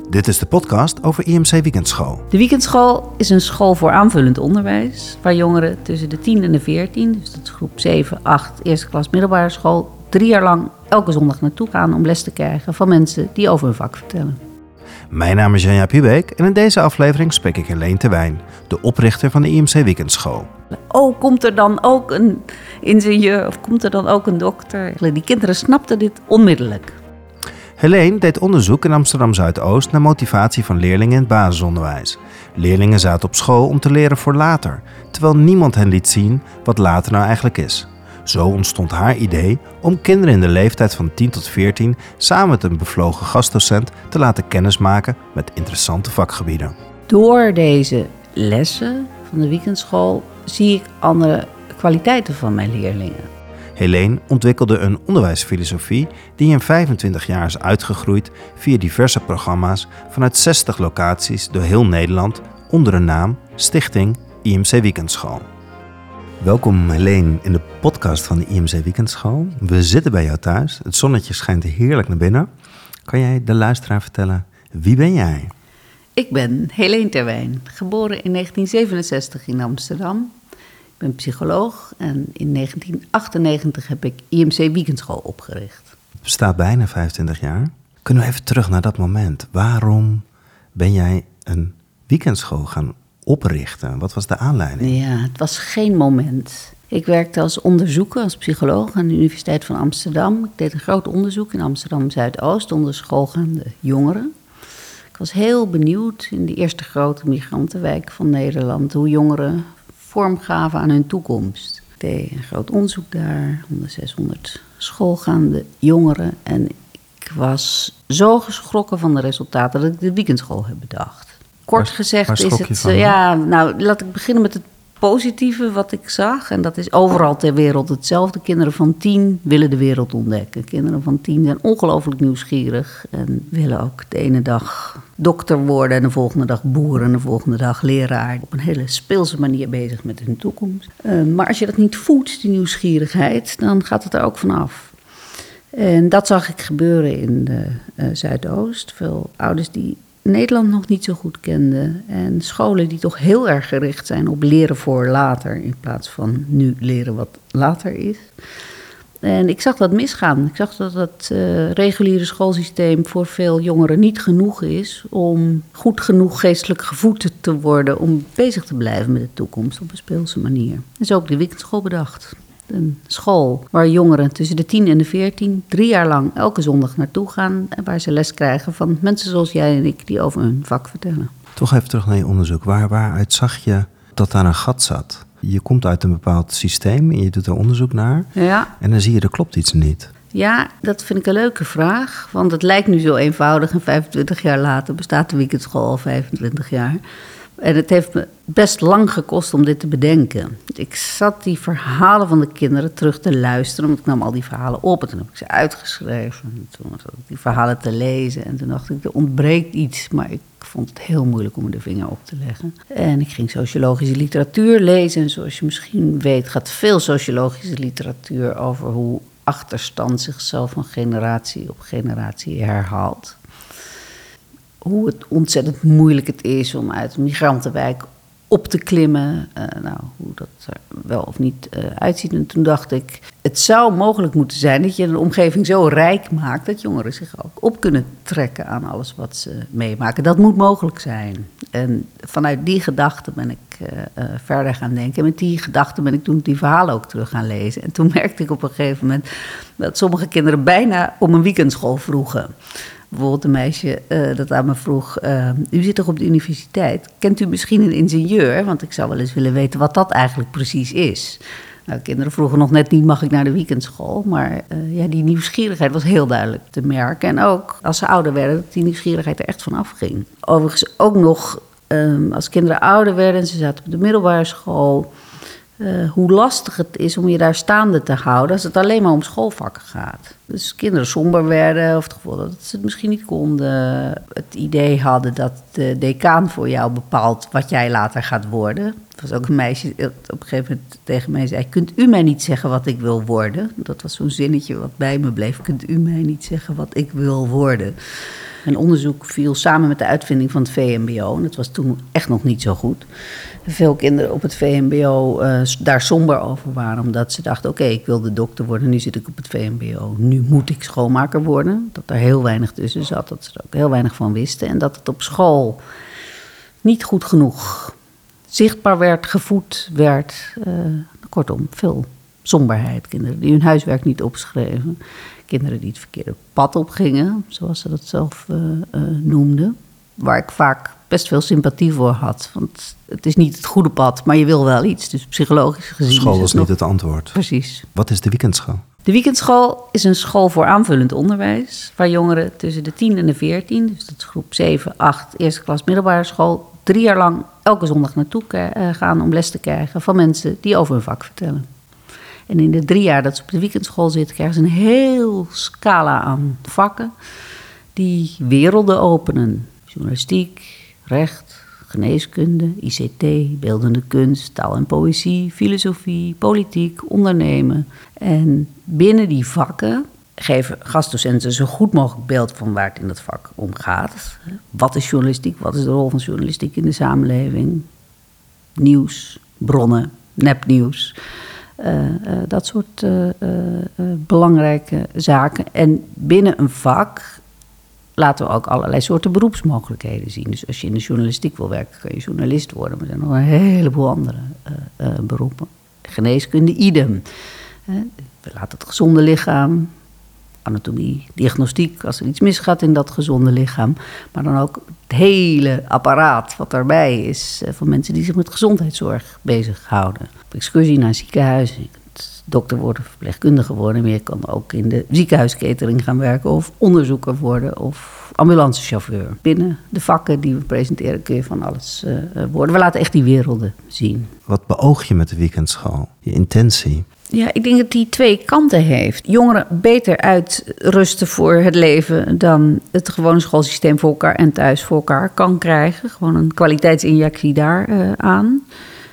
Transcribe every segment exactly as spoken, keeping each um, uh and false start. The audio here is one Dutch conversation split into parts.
Dit is de podcast over I M C Weekendschool. De Weekendschool is een school voor aanvullend onderwijs, waar jongeren tussen de tien en de veertien, dus dat is groep zeven, acht, eerste klas middelbare school, drie jaar lang elke zondag naartoe gaan om les te krijgen van mensen die over hun vak vertellen. Mijn naam is Janja Pubeek en in deze aflevering spreek ik Helene Terwijn, de oprichter van de I M C Weekendschool. Oh, komt er dan ook een ingenieur of komt er dan ook een dokter? Die kinderen snapten dit onmiddellijk. Helene deed onderzoek in Amsterdam Zuidoost naar motivatie van leerlingen in het basisonderwijs. Leerlingen zaten op school om te leren voor later, terwijl niemand hen liet zien wat later nou eigenlijk is. Zo ontstond haar idee om kinderen in de leeftijd van tien tot veertien samen met een bevlogen gastdocent te laten kennismaken met interessante vakgebieden. Door deze lessen van de Weekendschool zie ik andere kwaliteiten van mijn leerlingen. Helene ontwikkelde een onderwijsfilosofie die in vijfentwintig jaar is uitgegroeid via diverse programma's vanuit zestig locaties door heel Nederland onder de naam Stichting I M C Weekendschool. Welkom Helene in de podcast van de I M C Weekendschool. We zitten bij jou thuis. Het zonnetje schijnt heerlijk naar binnen. Kan jij de luisteraar vertellen, wie ben jij? Ik ben Helene Terwijn, geboren in negentien zevenenzestig in Amsterdam. Ik ben psycholoog en in negentien achtennegentig heb ik I M C Weekendschool opgericht. Het bestaat bijna vijfentwintig jaar. Kunnen we even terug naar dat moment? Waarom ben jij een weekendschool gaan oprichten? Wat was de aanleiding? Ja, het was geen moment. Ik werkte als onderzoeker, als psycholoog aan de Universiteit van Amsterdam. Ik deed een groot onderzoek in Amsterdam Zuidoost onder schoolgaande jongeren. Ik was heel benieuwd in de eerste grote migrantenwijk van Nederland hoe jongeren vorm gaven aan hun toekomst. Ik deed een groot onderzoek daar, onder zeshonderd schoolgaande jongeren. En ik was zo geschrokken van de resultaten dat ik de weekendschool heb bedacht. Kort waar, gezegd waar is het, van, ja, nou laat ik beginnen met het positieve wat ik zag. En dat is overal ter wereld hetzelfde. Kinderen van tien willen de wereld ontdekken. Kinderen van tien zijn ongelooflijk nieuwsgierig en willen ook de ene dag dokter worden en de volgende dag boer en de volgende dag leraar. Op een hele speelse manier bezig met hun toekomst. Uh, maar als je dat niet voedt, die nieuwsgierigheid, dan gaat het er ook vanaf. En dat zag ik gebeuren in de uh, Zuidoost. Veel ouders die Nederland nog niet zo goed kenden. En scholen die toch heel erg gericht zijn op leren voor later, in plaats van nu leren wat later is. En ik zag dat misgaan. Ik zag dat het uh, reguliere schoolsysteem voor veel jongeren niet genoeg is om goed genoeg geestelijk gevoed te worden om bezig te blijven met de toekomst op een speelse manier. En zo heb ik de weekendschool bedacht. Een school waar jongeren tussen de tien en de veertien drie jaar lang elke zondag naartoe gaan en waar ze les krijgen van mensen zoals jij en ik die over hun vak vertellen. Toch even terug naar je onderzoek. Waar, waaruit zag je dat daar een gat zat? Je komt uit een bepaald systeem en je doet er onderzoek naar. Ja. En dan zie je, er klopt iets niet. Ja, dat vind ik een leuke vraag. Want het lijkt nu zo eenvoudig en vijfentwintig jaar later bestaat de weekendschool al vijfentwintig jaar. En het heeft me best lang gekost om dit te bedenken. Ik zat die verhalen van de kinderen terug te luisteren, want ik nam al die verhalen op en toen heb ik ze uitgeschreven. En toen zat ik die verhalen te lezen en toen dacht ik, er ontbreekt iets, maar ik vond het heel moeilijk om er de vinger op te leggen. En ik ging sociologische literatuur lezen en zoals je misschien weet gaat veel sociologische literatuur over hoe achterstand zichzelf van generatie op generatie herhaalt. Hoe het ontzettend moeilijk het is om uit een migrantenwijk op te klimmen. Uh, nou, hoe dat er wel of niet uh, uitziet. En toen dacht ik, het zou mogelijk moeten zijn dat je een omgeving zo rijk maakt dat jongeren zich ook op kunnen trekken aan alles wat ze meemaken. Dat moet mogelijk zijn. En vanuit die gedachte ben ik uh, uh, verder gaan denken. En met die gedachte ben ik toen die verhalen ook terug gaan lezen. En toen merkte ik op een gegeven moment dat sommige kinderen bijna om een weekendschool vroegen. Bijvoorbeeld een meisje uh, dat aan me vroeg, uh, u zit toch op de universiteit? Kent u misschien een ingenieur? Want ik zou wel eens willen weten wat dat eigenlijk precies is. Nou, kinderen vroegen nog net niet, mag ik naar de weekendschool? Maar uh, ja, die nieuwsgierigheid was heel duidelijk te merken. En ook als ze ouder werden, dat die nieuwsgierigheid er echt van afging. Overigens ook nog, um, als kinderen ouder werden en ze zaten op de middelbare school, Uh, hoe lastig het is om je daar staande te houden als het alleen maar om schoolvakken gaat. Dus kinderen somber werden of het gevoel dat ze het misschien niet konden. Het idee hadden dat de decaan voor jou bepaalt wat jij later gaat worden. Er was ook een meisje dat op een gegeven moment tegen mij zei, kunt u mij niet zeggen wat ik wil worden? Dat was zo'n zinnetje wat bij me bleef. Kunt u mij niet zeggen wat ik wil worden? Mijn onderzoek viel samen met de uitvinding van het V M B O. En dat was toen echt nog niet zo goed. Veel kinderen op het V M B O uh, daar somber over waren. Omdat ze dachten, oké, okay, ik wilde dokter worden. Nu zit ik op het V M B O. Nu moet ik schoonmaker worden. Dat er heel weinig tussen zat. Dat ze er ook heel weinig van wisten. En dat het op school niet goed genoeg zichtbaar werd, gevoed werd. Uh, kortom, veel somberheid. Kinderen die hun huiswerk niet opschreven. Kinderen die het verkeerde pad opgingen, zoals ze dat zelf uh, uh, noemden. Waar ik vaak best veel sympathie voor had. Want het is niet het goede pad, maar je wil wel iets. Dus psychologisch gezien school is het was nog... niet het antwoord. Precies. Wat is de weekendschool? De weekendschool is een school voor aanvullend onderwijs. Waar jongeren tussen de tien en de veertien, dus dat is groep zeven, acht, eerste klas middelbare school, drie jaar lang elke zondag naartoe gaan om les te krijgen van mensen die over hun vak vertellen. En in de drie jaar dat ze op de weekendschool zitten, krijgen ze een heel scala aan vakken die werelden openen. Journalistiek, recht, geneeskunde, I C T, beeldende kunst, taal en poëzie, filosofie, politiek, ondernemen. En binnen die vakken geven gastdocenten zo goed mogelijk beeld van waar het in dat vak om gaat. Wat is journalistiek? Wat is de rol van journalistiek in de samenleving? Nieuws, bronnen, nepnieuws. Uh, uh, dat soort uh, uh, uh, belangrijke zaken. En binnen een vak laten we ook allerlei soorten beroepsmogelijkheden zien. Dus als je in de journalistiek wil werken, kan je journalist worden. Maar er zijn nog een heleboel andere uh, uh, beroepen. Geneeskunde, idem. Uh, we laten het gezonde lichaam, anatomie, diagnostiek, als er iets misgaat in dat gezonde lichaam. Maar dan ook het hele apparaat wat daarbij is uh, van mensen die zich met gezondheidszorg bezighouden. Op excursie naar een ziekenhuis. Je kunt dokter worden, verpleegkundige worden. Maar je kan ook in de ziekenhuiskatering gaan werken of onderzoeker worden of ambulancechauffeur. Binnen de vakken die we presenteren kun je van alles uh, worden. We laten echt die werelden zien. Wat beoog je met de weekendschool? Je intentie? Ja, ik denk dat die twee kanten heeft. Jongeren beter uitrusten voor het leven dan het gewone schoolsysteem voor elkaar en thuis voor elkaar kan krijgen. Gewoon een kwaliteitsinjectie daar uh, aan.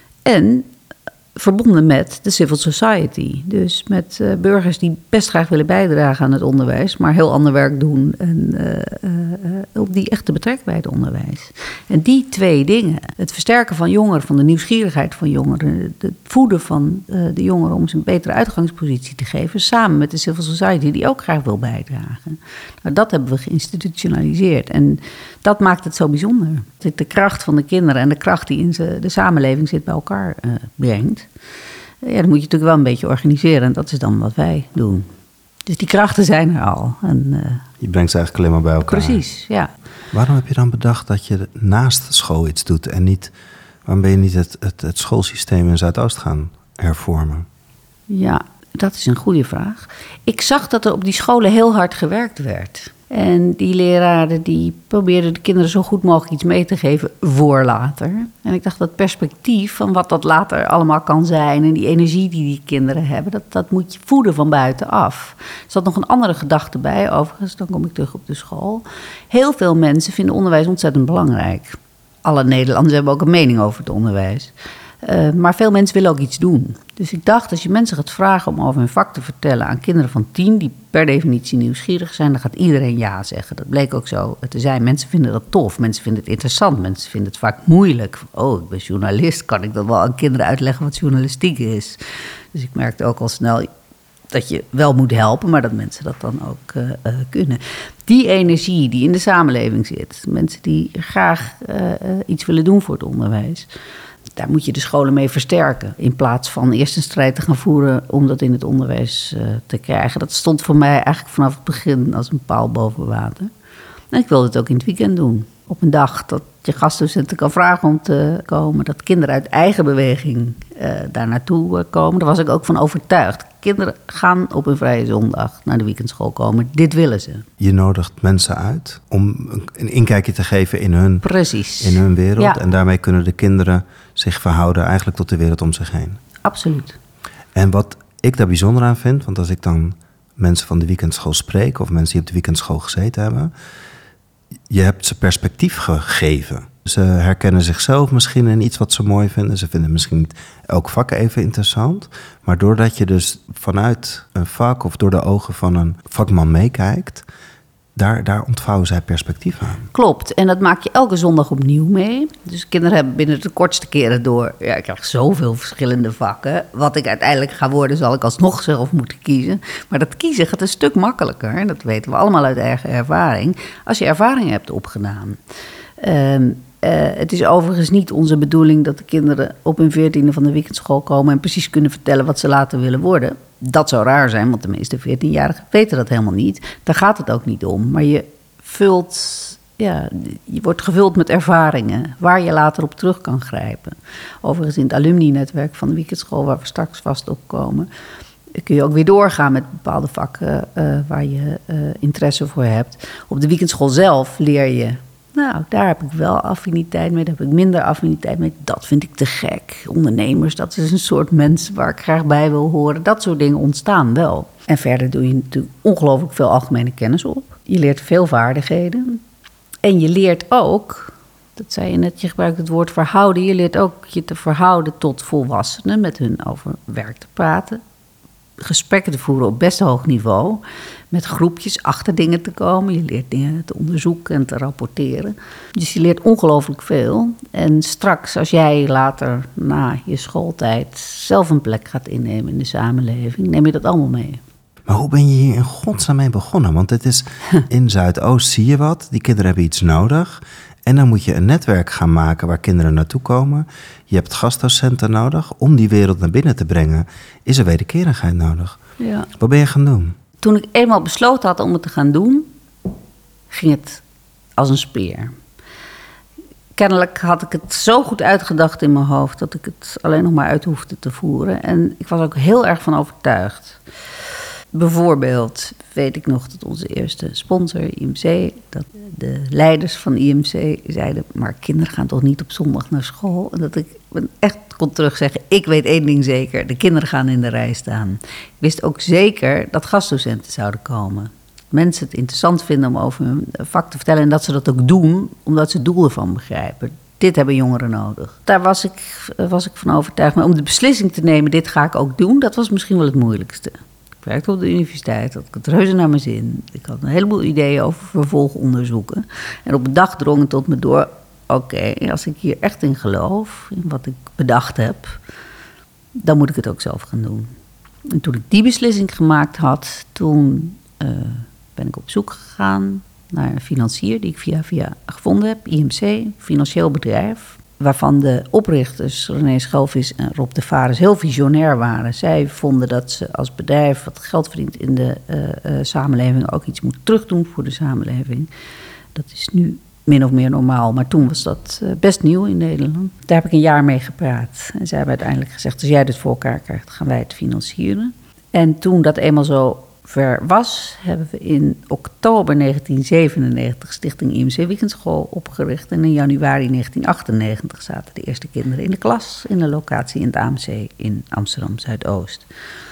En verbonden met de civil society. Dus met uh, burgers die best graag willen bijdragen aan het onderwijs, maar heel ander werk doen en uh, uh, uh, die echt te betrekken bij het onderwijs. En die twee dingen, het versterken van jongeren, van de nieuwsgierigheid van jongeren, het voeden van uh, de jongeren om ze een betere uitgangspositie te geven, samen met de civil society die ook graag wil bijdragen. Nou, dat hebben we geïnstitutionaliseerd en dat maakt het zo bijzonder. Dat de kracht van de kinderen en de kracht die in de samenleving zit bij elkaar uh, brengt. Ja, dat moet je natuurlijk wel een beetje organiseren. En dat is dan wat wij doen. Dus die krachten zijn er al. En, uh, je brengt ze eigenlijk alleen maar bij elkaar. Precies, ja. Waarom heb je dan bedacht dat je naast school iets doet en niet... waarom ben je niet het, het, het schoolsysteem in Zuidoost gaan hervormen? Ja, dat is een goede vraag. Ik zag dat er op die scholen heel hard gewerkt werd. En die leraren die probeerden de kinderen zo goed mogelijk iets mee te geven voor later. En ik dacht dat perspectief van wat dat later allemaal kan zijn en die energie die die kinderen hebben, dat, dat moet je voeden van buitenaf. Er zat nog een andere gedachte bij, overigens, dan kom ik terug op de school. Heel veel mensen vinden onderwijs ontzettend belangrijk. Alle Nederlanders hebben ook een mening over het onderwijs. Uh, maar veel mensen willen ook iets doen. Dus ik dacht, als je mensen gaat vragen om over hun vak te vertellen aan kinderen van tien, die per definitie nieuwsgierig zijn, dan gaat iedereen ja zeggen. Dat bleek ook zo te zijn. Mensen vinden dat tof, mensen vinden het interessant, mensen vinden het vaak moeilijk. Oh, ik ben journalist, kan ik dan wel aan kinderen uitleggen wat journalistiek is? Dus ik merkte ook al snel dat je wel moet helpen, maar dat mensen dat dan ook uh, uh, kunnen. Die energie die in de samenleving zit, mensen die graag uh, uh, iets willen doen voor het onderwijs, daar moet je de scholen mee versterken. In plaats van eerst een strijd te gaan voeren om dat in het onderwijs uh, te krijgen. Dat stond voor mij eigenlijk vanaf het begin als een paal boven water. En ik wilde het ook in het weekend doen. Op een dag dat je gastdocenten kan vragen om te komen. Dat kinderen uit eigen beweging uh, daar naartoe uh, komen. Daar was ik ook van overtuigd. Kinderen gaan op een vrije zondag naar de weekendschool komen. Dit willen ze. Je nodigt mensen uit om een inkijkje te geven in hun, Precies. in hun wereld. Ja. En daarmee kunnen de kinderen zich verhouden eigenlijk tot de wereld om zich heen. Absoluut. En wat ik daar bijzonder aan vind, want als ik dan mensen van de weekendschool spreek of mensen die op de weekendschool gezeten hebben, je hebt ze perspectief gegeven. Ze herkennen zichzelf misschien in iets wat ze mooi vinden. Ze vinden misschien niet elk vak even interessant. Maar doordat je dus vanuit een vak of door de ogen van een vakman meekijkt, Daar, daar ontvouwen zij perspectief aan. Klopt, en dat maak je elke zondag opnieuw mee. Dus kinderen hebben binnen de kortste keren door... ja, ik krijg zoveel verschillende vakken. Wat ik uiteindelijk ga worden, zal ik alsnog zelf moeten kiezen. Maar dat kiezen gaat een stuk makkelijker. Dat weten we allemaal uit eigen ervaring. Als je ervaring hebt opgedaan. Um, uh, het is overigens niet onze bedoeling dat de kinderen op hun veertiende van de weekendschool komen... en precies kunnen vertellen wat ze later willen worden. Dat zou raar zijn, want de meeste veertienjarigen weten dat helemaal niet. Daar gaat het ook niet om. Maar je vult, ja, je wordt gevuld met ervaringen waar je later op terug kan grijpen. Overigens in het alumni-netwerk van de weekendschool, waar we straks vast op komen, kun je ook weer doorgaan met bepaalde vakken uh, waar je uh, interesse voor hebt. Op de weekendschool zelf leer je... Nou, daar heb ik wel affiniteit mee, daar heb ik minder affiniteit mee. Dat vind ik te gek. Ondernemers, dat is een soort mensen waar ik graag bij wil horen. Dat soort dingen ontstaan wel. En verder doe je natuurlijk ongelooflijk veel algemene kennis op. Je leert veel vaardigheden. En je leert ook, dat zei je net, je gebruikt het woord verhouden. Je leert ook je te verhouden tot volwassenen, met hun over werk te praten. Gesprekken te voeren op best hoog niveau. Met groepjes achter dingen te komen. Je leert dingen te onderzoeken en te rapporteren. Dus je leert ongelooflijk veel. En straks, als jij later na je schooltijd zelf een plek gaat innemen in de samenleving, neem je dat allemaal mee. Maar hoe ben je hier in godsnaam mee begonnen? Want het is in Zuidoost zie je wat. Die kinderen hebben iets nodig. En dan moet je een netwerk gaan maken waar kinderen naartoe komen. Je hebt gastdocenten nodig. Om die wereld naar binnen te brengen, is er wederkerigheid nodig. Ja. Wat ben je gaan doen? Toen ik eenmaal besloten had om het te gaan doen, ging het als een speer. Kennelijk had ik het zo goed uitgedacht in mijn hoofd dat ik het alleen nog maar uit hoefde te voeren. En ik was ook heel erg van overtuigd. Bijvoorbeeld weet ik nog dat onze eerste sponsor, I M C, dat de leiders van I M C zeiden, maar kinderen gaan toch niet op zondag naar school? En dat ik echt kon terugzeggen, ik weet één ding zeker, de kinderen gaan in de rij staan. Ik wist ook zeker dat gastdocenten zouden komen. Mensen het interessant vinden om over hun vak te vertellen en dat ze dat ook doen, omdat ze het doel ervan begrijpen. Dit hebben jongeren nodig. Daar was ik, was ik van overtuigd. Maar om de beslissing te nemen, dit ga ik ook doen, dat was misschien wel het moeilijkste. Ik werkte op de universiteit, had ik het reuze naar mijn zin. Ik had een heleboel ideeën over vervolgonderzoeken. En op een dag drong het tot me door, oké, okay, als ik hier echt in geloof, in wat ik bedacht heb, dan moet ik het ook zelf gaan doen. En toen ik die beslissing gemaakt had, toen uh, ben ik op zoek gegaan naar een financier die ik via via gevonden heb, I M C, financieel bedrijf, waarvan de oprichters René Schelvis en Rob de Vares heel visionair waren. Zij vonden dat ze als bedrijf wat geld verdient in de uh, uh, samenleving ook iets moet terugdoen voor de samenleving. Dat is nu min of meer normaal, maar toen was dat uh, best nieuw in Nederland. Daar heb ik een jaar mee gepraat. En zij hebben uiteindelijk gezegd, als jij dit voor elkaar krijgt, gaan wij het financieren. En toen dat eenmaal zo ver was, hebben we in oktober negentien zevenennegentig Stichting I M C Weekendschool opgericht. En in januari negentien achtennegentig zaten de eerste kinderen in de klas in de locatie in het A M C in Amsterdam Zuidoost.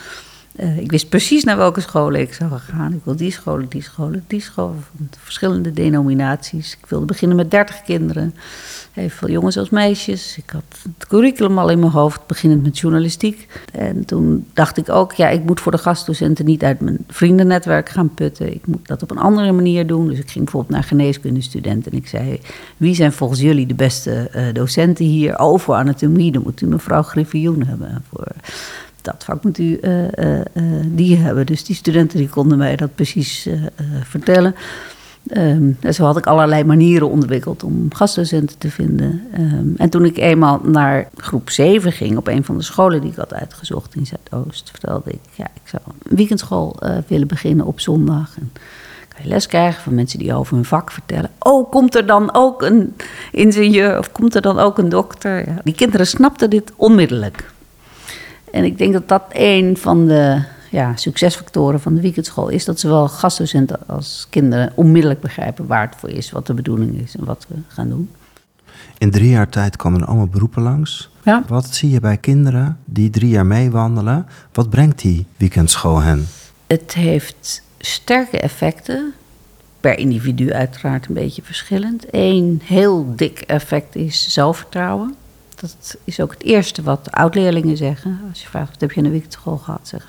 Uh, ik wist precies naar welke scholen ik zou gaan. Ik wilde die scholen, die scholen, die scholen van verschillende denominaties. Ik wilde beginnen met dertig kinderen. Evenveel jongens als meisjes. Ik had het curriculum al in mijn hoofd, beginnend met journalistiek. En toen dacht ik ook, ja, ik moet voor de gastdocenten niet uit mijn vriendennetwerk gaan putten. Ik moet dat op een andere manier doen. Dus ik ging bijvoorbeeld naar geneeskundestudenten. En ik zei, wie zijn volgens jullie de beste uh, docenten hier? Oh, voor anatomie, dan moet u mevrouw Griffioen hebben. Voor dat vak moet u uh, uh, uh, die hebben. Dus die studenten die konden mij dat precies uh, uh, vertellen. Um, en zo had ik allerlei manieren ontwikkeld om gastdocenten te vinden. Um, en toen ik eenmaal naar groep zeven ging, op een van de scholen die ik had uitgezocht in Zuidoost, vertelde ik, ja, ik zou een weekendschool uh, willen beginnen op zondag. En kan je les krijgen van mensen die over hun vak vertellen. Oh, komt er dan ook een ingenieur of komt er dan ook een dokter? Ja, die kinderen snapten dit onmiddellijk. En ik denk dat dat een van de ja, succesfactoren van de weekendschool is, dat zowel gastdocenten als kinderen onmiddellijk begrijpen waar het voor is, wat de bedoeling is en wat we gaan doen. In drie jaar tijd komen er allemaal beroepen langs. Ja. Wat zie je bij kinderen die drie jaar meewandelen? Wat brengt die weekendschool hen? Het heeft sterke effecten, per individu uiteraard een beetje verschillend. Eén heel dik effect is zelfvertrouwen. Dat is ook het eerste wat oud-leerlingen zeggen. Als je vraagt, wat heb je in de weekendschool gehad? Zeggen ze,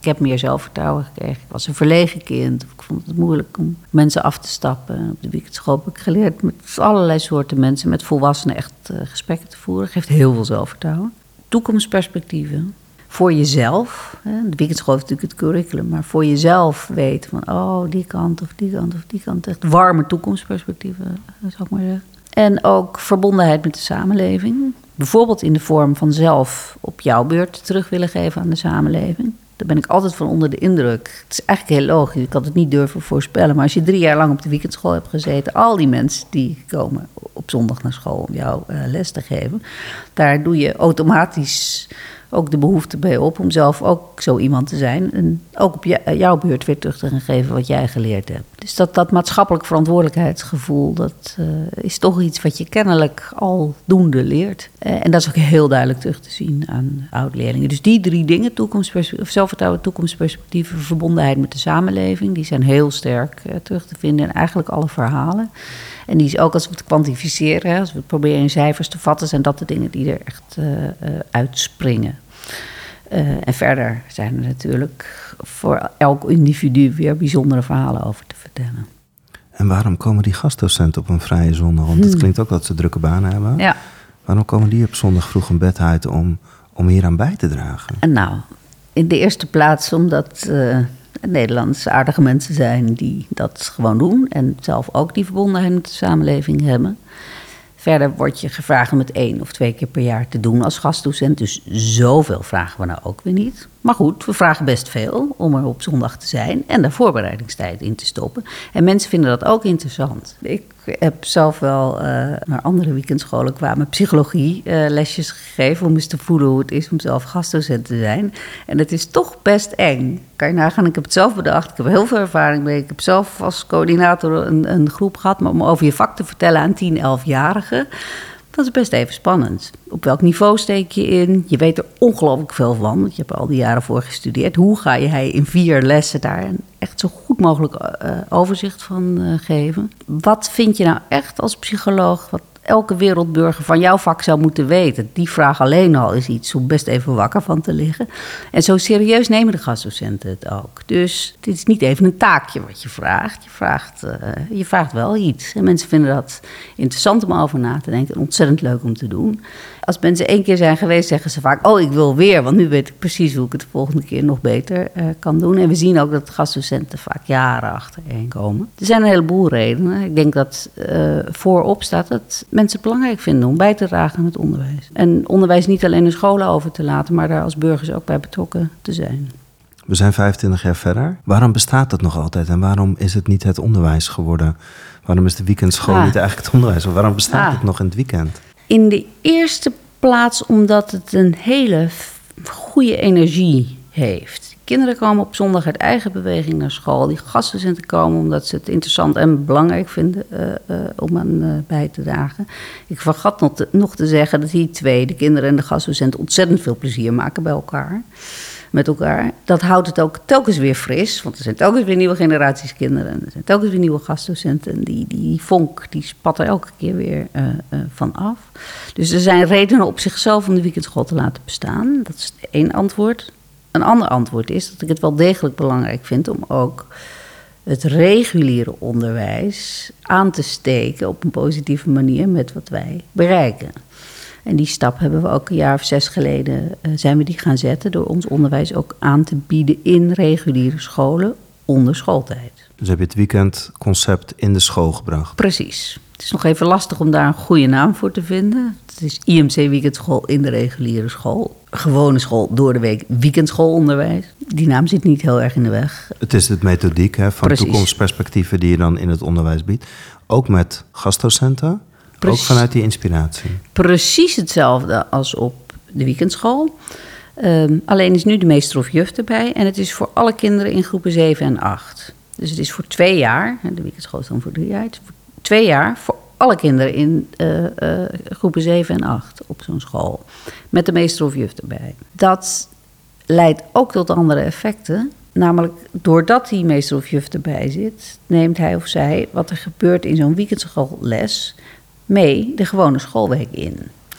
Ik heb meer zelfvertrouwen gekregen. Ik was een verlegen kind. Ik vond het moeilijk om mensen af te stappen. Op de weekendschool heb ik geleerd met allerlei soorten mensen, met volwassenen echt uh, gesprekken te voeren. Geeft heel veel zelfvertrouwen. Toekomstperspectieven. Voor jezelf. Hè. De weekendschool heeft natuurlijk het curriculum. Maar voor jezelf weten van, oh, die kant of die kant of die kant. Echt warme toekomstperspectieven, zou ik maar zeggen. En ook verbondenheid met de samenleving. Bijvoorbeeld in de vorm van zelf op jouw beurt terug willen geven aan de samenleving. Daar ben ik altijd van onder de indruk. Het is eigenlijk heel logisch, ik had het niet durven voorspellen. Maar als je drie jaar lang op de weekendschool hebt gezeten, al die mensen die komen op zondag naar school om jou uh, les te geven, daar doe je automatisch ook de behoefte bij op om zelf ook zo iemand te zijn. En ook op jou, jouw beurt weer terug te gaan geven wat jij geleerd hebt. Dus dat, dat maatschappelijk verantwoordelijkheidsgevoel, dat uh, is toch iets wat je kennelijk al doende leert. Uh, en dat is ook heel duidelijk terug te zien aan oud-leerlingen. Dus die drie dingen, toekomstperspectief, zelfvertrouwen, toekomstperspectieven, verbondenheid met de samenleving, die zijn heel sterk uh, terug te vinden in eigenlijk alle verhalen. En die is ook, als we het kwantificeren, als we het proberen in cijfers te vatten, zijn dat de dingen die er echt uh, uh, uitspringen. Uh, en verder zijn er natuurlijk voor elk individu weer bijzondere verhalen over te vertellen. En waarom komen die gastdocenten op een vrije zondag? Want het hmm. klinkt ook dat ze drukke banen hebben. Ja. Waarom komen die op zondag vroeg een bed uit om, om hier aan bij te dragen? En nou, in de eerste plaats omdat uh, Nederlandse aardige mensen zijn die dat gewoon doen. En zelf ook die verbondenheid met de samenleving hebben. Verder word je gevraagd om het één of twee keer per jaar te doen als gastdocent. Dus zoveel vragen we nou ook weer niet. Maar goed, we vragen best veel om er op zondag te zijn en daar voorbereidingstijd in te stoppen. En mensen vinden dat ook interessant. Ik heb zelf wel uh, naar andere weekendscholen qua mijn psychologie uh, lesjes gegeven om eens te voelen hoe het is om zelf gastdocent te zijn. En het is toch best eng. Kan je nagaan, ik heb het zelf bedacht. Ik heb heel veel ervaring mee. Ik heb zelf als coördinator een, een groep gehad, maar om over je vak te vertellen aan tien, elfjarigen. Dat is best even spannend. Op welk niveau steek je in? Je weet er ongelooflijk veel van, want je hebt er al die jaren voor gestudeerd. Hoe ga je hij in vier lessen daar echt zo goed mogelijk uh, overzicht van uh, geven? Wat vind je nou echt als psycholoog, wat elke wereldburger van jouw vak zou moeten weten? Die vraag alleen al is iets om best even wakker van te liggen. En zo serieus nemen de gastdocenten het ook. Dus dit is niet even een taakje wat je vraagt. Je vraagt, uh, je vraagt wel iets. En mensen vinden dat interessant om over na te denken en ontzettend leuk om te doen. Als mensen één keer zijn geweest, zeggen ze vaak, oh, ik wil weer, want nu weet ik precies hoe ik het de volgende keer nog beter uh, kan doen. En we zien ook dat gastdocenten vaak jaren achtereen komen. Er zijn een heleboel redenen. Ik denk dat uh, voorop staat dat mensen het belangrijk vinden om bij te dragen aan het onderwijs. En onderwijs niet alleen in scholen over te laten, maar daar als burgers ook bij betrokken te zijn. We zijn vijfentwintig jaar verder. Waarom bestaat dat nog altijd en waarom is het niet het onderwijs geworden? Waarom is de weekendschool ah. niet eigenlijk het onderwijs? Of waarom bestaat ah. het nog in het weekend? In de eerste plaats omdat het een hele goede energie heeft. Kinderen komen op zondag uit eigen beweging naar school. Die gastdocenten komen omdat ze het interessant en belangrijk vinden uh, uh, om aan uh, bij te dragen. Ik vergat nog te, nog te zeggen dat die twee, de kinderen en de gastdocenten, ontzettend veel plezier maken bij elkaar. Met elkaar. Dat houdt het ook telkens weer fris. Want er zijn telkens weer nieuwe generaties kinderen. En er zijn telkens weer nieuwe gastdocenten. En die, die vonk die spat er elke keer weer uh, uh, van af. Dus er zijn redenen op zichzelf om de weekendschool te laten bestaan. Dat is één antwoord. Een ander antwoord is dat ik het wel degelijk belangrijk vind om ook het reguliere onderwijs aan te steken op een positieve manier met wat wij bereiken. En die stap hebben we ook een jaar of zes geleden uh, zijn we die gaan zetten door ons onderwijs ook aan te bieden in reguliere scholen onder schooltijd. Dus heb je het weekendconcept in de school gebracht? Precies. Het is nog even lastig om daar een goede naam voor te vinden. Het is I M C weekendschool in de reguliere school. Gewone school door de week weekendschoolonderwijs. Die naam zit niet heel erg in de weg. Het is het methodiek hè, van Precies. toekomstperspectieven die je dan in het onderwijs biedt. Ook met gastdocenten? Precies. Ook vanuit die inspiratie? Precies hetzelfde als op de weekendschool. Um, alleen is nu de meester of juf erbij. En het is voor alle kinderen in groepen zeven en acht. Dus het is voor twee jaar. De weekendschool is dan voor drie jaar. Het is voor twee jaar voor alle kinderen in uh, uh, groepen zeven en acht op zo'n school. Met de meester of juf erbij. Dat leidt ook tot andere effecten. Namelijk, doordat die meester of juf erbij zit, neemt hij of zij wat er gebeurt in zo'n weekendschoolles mee de gewone schoolweek in.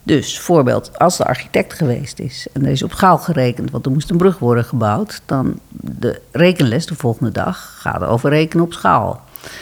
Dus voorbeeld, als de architect geweest is en er is op schaal gerekend, want er moest een brug worden gebouwd, dan de rekenles de volgende dag gaat over rekenen op schaal.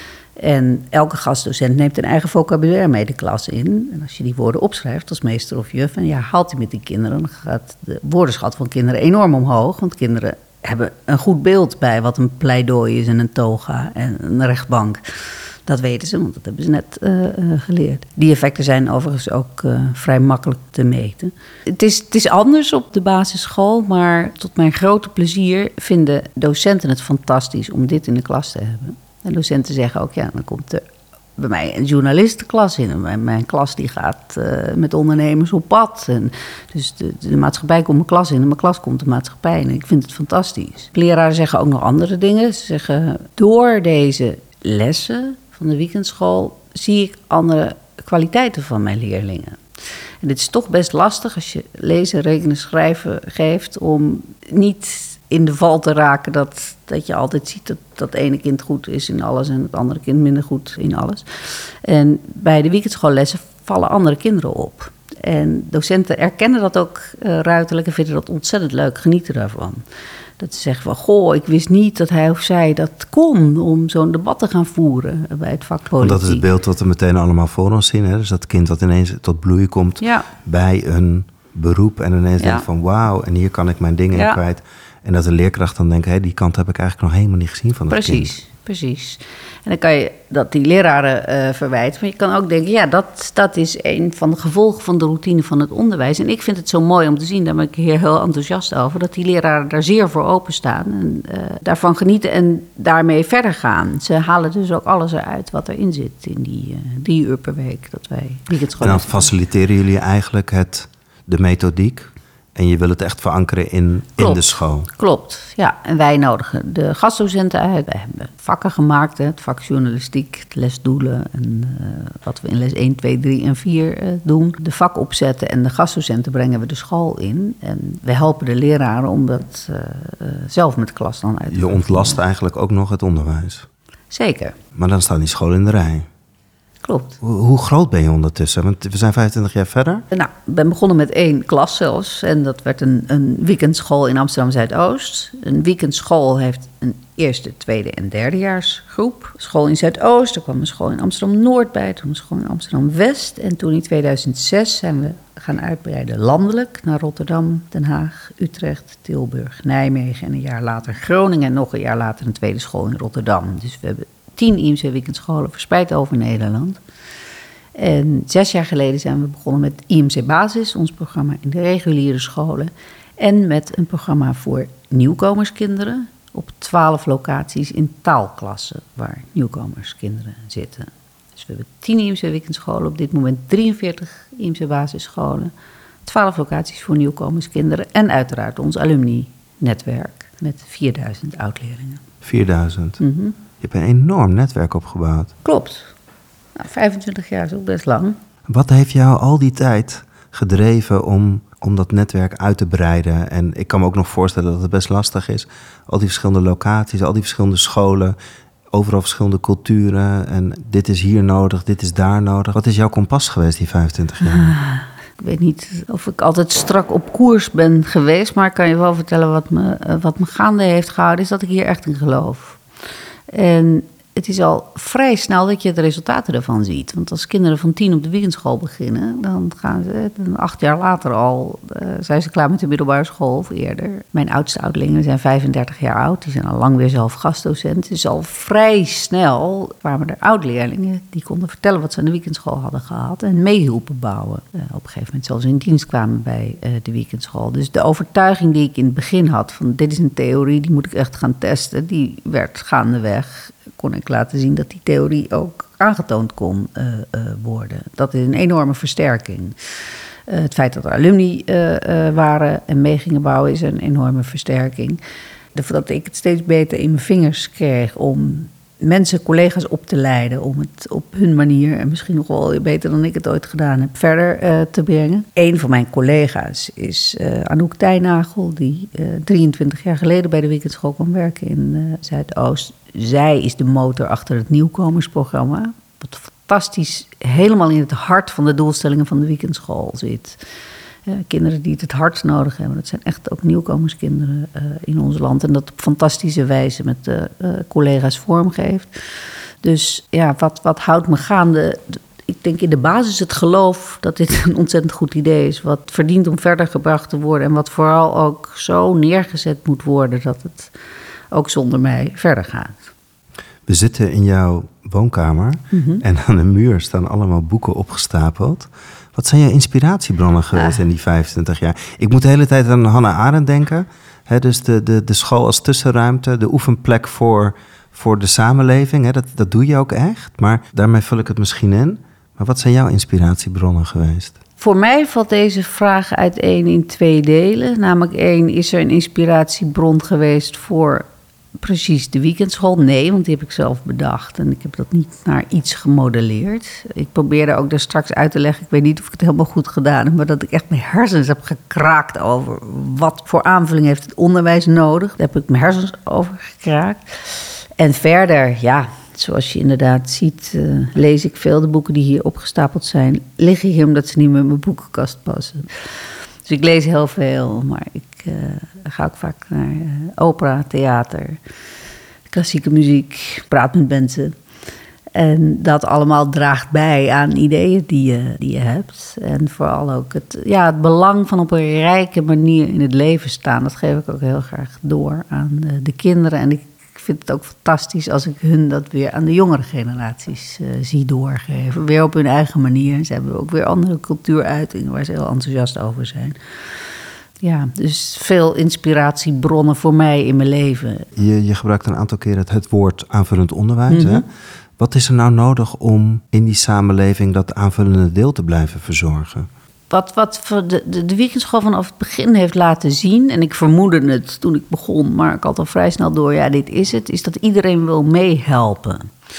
En elke gastdocent neemt een eigen vocabulaire mee de klas in. En als je die woorden opschrijft als meester of juf en je haalt die met die kinderen, dan gaat de woordenschat van kinderen enorm omhoog. Want kinderen hebben een goed beeld bij wat een pleidooi is en een toga en een rechtbank. Dat weten ze, want dat hebben ze net uh, uh, geleerd. Die effecten zijn overigens ook uh, vrij makkelijk te meten. Het is, het is anders op de basisschool, maar tot mijn grote plezier vinden docenten het fantastisch om dit in de klas te hebben. En docenten zeggen ook, ja, dan komt er bij mij een journalistenklas in. En mijn, mijn klas die gaat uh, met ondernemers op pad. En dus de, de maatschappij komt mijn klas in en mijn klas komt de maatschappij in. En ik vind het fantastisch. Leraren zeggen ook nog andere dingen. Ze zeggen, door deze lessen van de weekendschool zie ik andere kwaliteiten van mijn leerlingen. En dit is toch best lastig als je lezen, rekenen, schrijven geeft, om niet in de val te raken dat, dat je altijd ziet dat dat ene kind goed is in alles en het andere kind minder goed in alles. En bij de weekendschoollessen vallen andere kinderen op. En docenten erkennen dat ook uh, ruiterlijk en vinden dat ontzettend leuk, genieten daarvan. Dat ze zeggen van, goh, ik wist niet dat hij of zij dat kon om zo'n debat te gaan voeren bij het vak politiek. Want dat is het beeld wat we meteen allemaal voor ons zien. Hè? Dus dat kind dat ineens tot bloei komt ja. bij een beroep en ineens ja. denkt van, wauw, en hier kan ik mijn dingen ja. in kwijt. En dat de leerkracht dan denkt, hé, die kant heb ik eigenlijk nog helemaal niet gezien van dat kind. Precies, precies. En dan kan je dat die leraren uh, verwijten. Maar je kan ook denken, ja, dat, dat is een van de gevolgen van de routine van het onderwijs. En ik vind het zo mooi om te zien, daar ben ik hier heel enthousiast over, dat die leraren daar zeer voor openstaan en uh, daarvan genieten en daarmee verder gaan. Ze halen dus ook alles eruit wat erin zit in die uh, drie uur per week dat wij weekendschool. En dan faciliteren jullie eigenlijk het, de methodiek? En je wil het echt verankeren in, in de school. Klopt, ja. En wij nodigen de gastdocenten uit. Wij hebben vakken gemaakt, hè, het vak journalistiek, het lesdoelen en uh, wat we in les één, twee, drie en vier uh, doen. De vak opzetten en de gastdocenten brengen we de school in. En we helpen de leraren om dat uh, uh, zelf met de klas dan uit te voeren. Je ontlast eigenlijk ook nog het onderwijs. Zeker. Maar dan staan die scholen in de rij. Klopt. Hoe groot ben je ondertussen? Want we zijn vijfentwintig jaar verder. Nou, ik ben begonnen met één klas zelfs. En dat werd een, een weekendschool in Amsterdam Zuidoost. Een weekendschool heeft een eerste, tweede en derdejaarsgroep. School in Zuidoost, er kwam een school in Amsterdam Noord bij. Toen een school in Amsterdam West. En toen in tweeduizend zes zijn we gaan uitbreiden landelijk naar Rotterdam, Den Haag, Utrecht, Tilburg, Nijmegen. En een jaar later Groningen en nog een jaar later een tweede school in Rotterdam. Dus we hebben tien I M C-weekendscholen verspreid over Nederland. En zes jaar geleden zijn we begonnen met I M C Basis, ons programma in de reguliere scholen. En met een programma voor nieuwkomerskinderen op twaalf locaties in taalklassen waar nieuwkomerskinderen zitten. Dus we hebben tien I M C-weekendscholen, op dit moment drieënveertig I M C-basisscholen, twaalf locaties voor nieuwkomerskinderen en uiteraard ons alumni-netwerk met vierduizend oud-leerlingen. vierduizend? Mm-hmm. Je hebt een enorm netwerk opgebouwd. Klopt. Nou, vijfentwintig jaar is ook best lang. Wat heeft jou al die tijd gedreven om, om dat netwerk uit te breiden? En ik kan me ook nog voorstellen dat het best lastig is. Al die verschillende locaties, al die verschillende scholen, overal verschillende culturen. En dit is hier nodig, dit is daar nodig. Wat is jouw kompas geweest die vijfentwintig jaar? Ah, ik weet niet of ik altijd strak op koers ben geweest, maar ik kan je wel vertellen wat me, wat me gaande heeft gehouden, is dat ik hier echt in geloof. En het is al vrij snel dat je de resultaten ervan ziet. Want als kinderen van tien op de weekendschool beginnen, dan gaan ze acht jaar later al, uh, zijn ze klaar met de middelbare school of eerder. Mijn oudste ouderlingen zijn vijfendertig jaar oud, die zijn al lang weer zelf gastdocent. Dus al vrij snel kwamen er oud-leerlingen die konden vertellen wat ze aan de weekendschool hadden gehad en meehielpen bouwen. Uh, op een gegeven moment zelfs in dienst kwamen bij uh, de weekendschool. Dus de overtuiging die ik in het begin had van dit is een theorie, die moet ik echt gaan testen, die werd gaandeweg, kon ik laten zien dat die theorie ook aangetoond kon uh, uh, worden. Dat is een enorme versterking. Uh, het feit dat er alumni uh, uh, waren en mee gingen bouwen is een enorme versterking. Dat ik het steeds beter in mijn vingers kreeg om mensen, collega's op te leiden, om het op hun manier, en misschien nog wel beter dan ik het ooit gedaan heb, verder uh, te brengen. Een van mijn collega's is uh, Anouk Tijnagel, die uh, drieëntwintig jaar geleden bij de weekendschool kwam werken in uh, Zuidoost. Zij is de motor achter het nieuwkomersprogramma, wat fantastisch helemaal in het hart van de doelstellingen van de weekendschool zit. Uh, kinderen die het het hardst nodig hebben. Dat zijn echt ook nieuwkomerskinderen uh, in ons land. En dat op fantastische wijze met uh, uh, collega's vormgeeft. Dus ja, wat, wat houdt me gaande? Ik denk in de basis het geloof dat dit een ontzettend goed idee is. Wat verdient om verder gebracht te worden. En wat vooral ook zo neergezet moet worden dat het ook zonder mij verder gaat. We zitten in jouw woonkamer. Mm-hmm. En aan de muur staan allemaal boeken opgestapeld. Wat zijn jouw inspiratiebronnen geweest ah. in die vijfentwintig jaar? Ik moet de hele tijd aan Hannah Arendt denken. He, dus de, de, de school als tussenruimte, de oefenplek voor, voor de samenleving. He, dat, dat doe je ook echt. Maar daarmee vul ik het misschien in. Maar wat zijn jouw inspiratiebronnen geweest? Voor mij valt deze vraag uiteen in twee delen. Namelijk één, is er een inspiratiebron geweest voor precies de weekendschool? Nee, want die heb ik zelf bedacht. En ik heb dat niet naar iets gemodelleerd. Ik probeerde ook daar straks uit te leggen, ik weet niet of ik het helemaal goed gedaan heb, maar dat ik echt mijn hersens heb gekraakt over wat voor aanvulling heeft het onderwijs nodig. Daar heb ik mijn hersens over gekraakt. En verder, ja, zoals je inderdaad ziet, uh, lees ik veel. De boeken die hier opgestapeld zijn, liggen hier omdat ze niet meer in mijn boekenkast passen. Dus ik lees heel veel, maar ik uh, ga ook vaak naar uh, opera, theater, klassieke muziek, praat met mensen. En dat allemaal draagt bij aan ideeën die je, die je hebt. En vooral ook het, ja, het belang van op een rijke manier in het leven staan. Dat geef ik ook heel graag door aan de, de kinderen. En ik vind het ook fantastisch als ik hun dat weer aan de jongere generaties uh, zie doorgeven. Weer op hun eigen manier. Ze hebben ook weer andere cultuuruitingen waar ze heel enthousiast over zijn. Ja, dus veel inspiratiebronnen voor mij in mijn leven. Je, je gebruikt een aantal keer het, het woord aanvullend onderwijs. Mm-hmm. Hè? Wat is er nou nodig om in die samenleving dat aanvullende deel te blijven verzorgen? Wat, wat de, de, de weekendschool vanaf het begin heeft laten zien, en ik vermoedde het toen ik begon, maar ik had al vrij snel door, ja, dit is het, is dat iedereen wil meehelpen.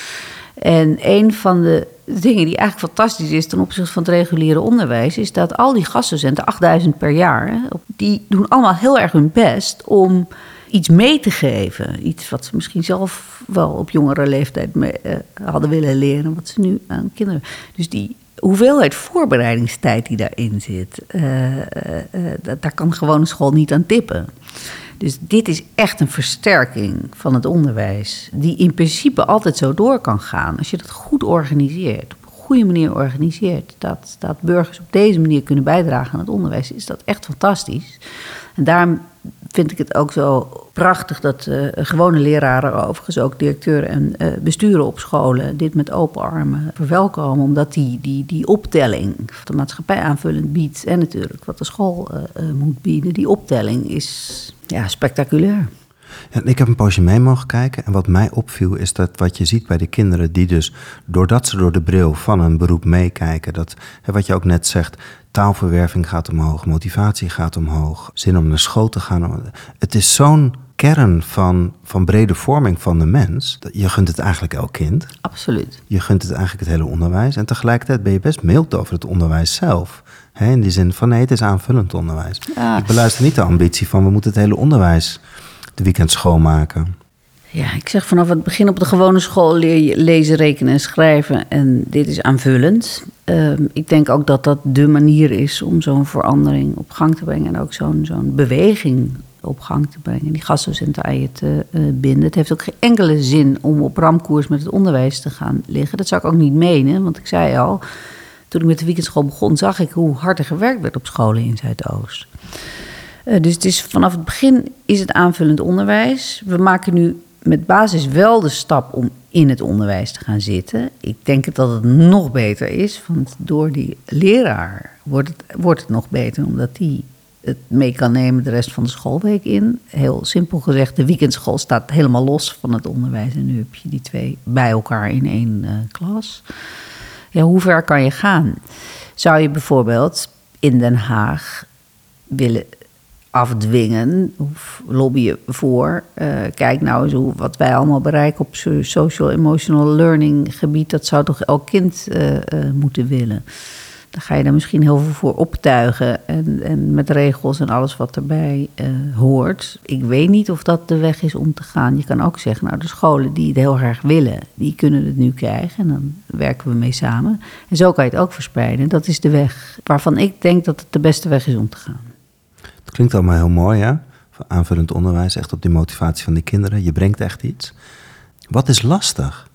En een van de dingen die eigenlijk fantastisch is ten opzichte van het reguliere onderwijs, is dat al die gastdocenten, achtduizend per jaar, die doen allemaal heel erg hun best om iets mee te geven. Iets wat ze misschien zelf wel op jongere leeftijd mee, uh, hadden willen leren, wat ze nu aan kinderen. Dus die hoeveelheid voorbereidingstijd die daarin zit, uh, uh, uh, daar kan gewoon een school niet aan tippen. Dus dit is echt een versterking van het onderwijs, die in principe altijd zo door kan gaan. Als je dat goed organiseert, op een goede manier organiseert, dat, dat burgers op deze manier kunnen bijdragen aan het onderwijs, is dat echt fantastisch. En daarom vind ik het ook zo prachtig dat uh, gewone leraren, overigens ook directeuren en uh, besturen op scholen, dit met open armen verwelkomen. Omdat die, die, die optelling, wat de maatschappij aanvullend biedt en natuurlijk wat de school uh, uh, moet bieden, die optelling is ja, spectaculair. Ja, ik heb een poosje mee mogen kijken en wat mij opviel is dat wat je ziet bij de kinderen die dus, doordat ze door de bril van een beroep meekijken, dat hè, wat je ook net zegt, taalverwerving gaat omhoog, motivatie gaat omhoog, zin om naar school te gaan. Het is zo'n kern van, van brede vorming van de mens. Je gunt het eigenlijk elk kind. Absoluut. Je gunt het eigenlijk het hele onderwijs. En tegelijkertijd ben je best mild over het onderwijs zelf. He, in die zin van nee, het is aanvullend onderwijs. Ja. Ik beluister niet de ambitie van we moeten het hele onderwijs de weekend schoonmaken. Ja, ik zeg vanaf het begin op de gewone school leer je lezen, rekenen en schrijven. En dit is aanvullend. Uh, ik denk ook dat dat de manier is om zo'n verandering op gang te brengen. En ook zo'n, zo'n beweging op gang te brengen. Die gastdocenten aan je te uh, binden. Het heeft ook geen enkele zin om op ramkoers met het onderwijs te gaan liggen. Dat zou ik ook niet menen, want ik zei al, toen ik met de weekendschool begon, zag ik hoe hard er gewerkt werd op scholen in Zuidoost. Uh, dus het is, vanaf het begin is het aanvullend onderwijs. We maken nu met basis wel de stap om in het onderwijs te gaan zitten. Ik denk dat het nog beter is, want door die leraar wordt het, wordt het nog beter, omdat die het mee kan nemen de rest van de schoolweek in. Heel simpel gezegd, de weekendschool staat helemaal los van het onderwijs en nu heb je die twee bij elkaar in één uh, klas. Ja, hoe ver kan je gaan? Zou je bijvoorbeeld in Den Haag willen afdwingen of lobbyen voor. Uh, kijk nou eens hoe, wat wij allemaal bereiken op social emotional learning gebied. Dat zou toch elk kind uh, uh, moeten willen. Dan ga je daar misschien heel veel voor optuigen. En, en met regels en alles wat erbij uh, hoort. Ik weet niet of dat de weg is om te gaan. Je kan ook zeggen, nou de scholen die het heel graag willen, die kunnen het nu krijgen. En dan werken we mee samen. En zo kan je het ook verspreiden. Dat is de weg waarvan ik denk dat het de beste weg is om te gaan. Het klinkt allemaal heel mooi, hè? Aanvullend onderwijs, echt op die motivatie van die kinderen. Je brengt echt iets. Wat is lastig?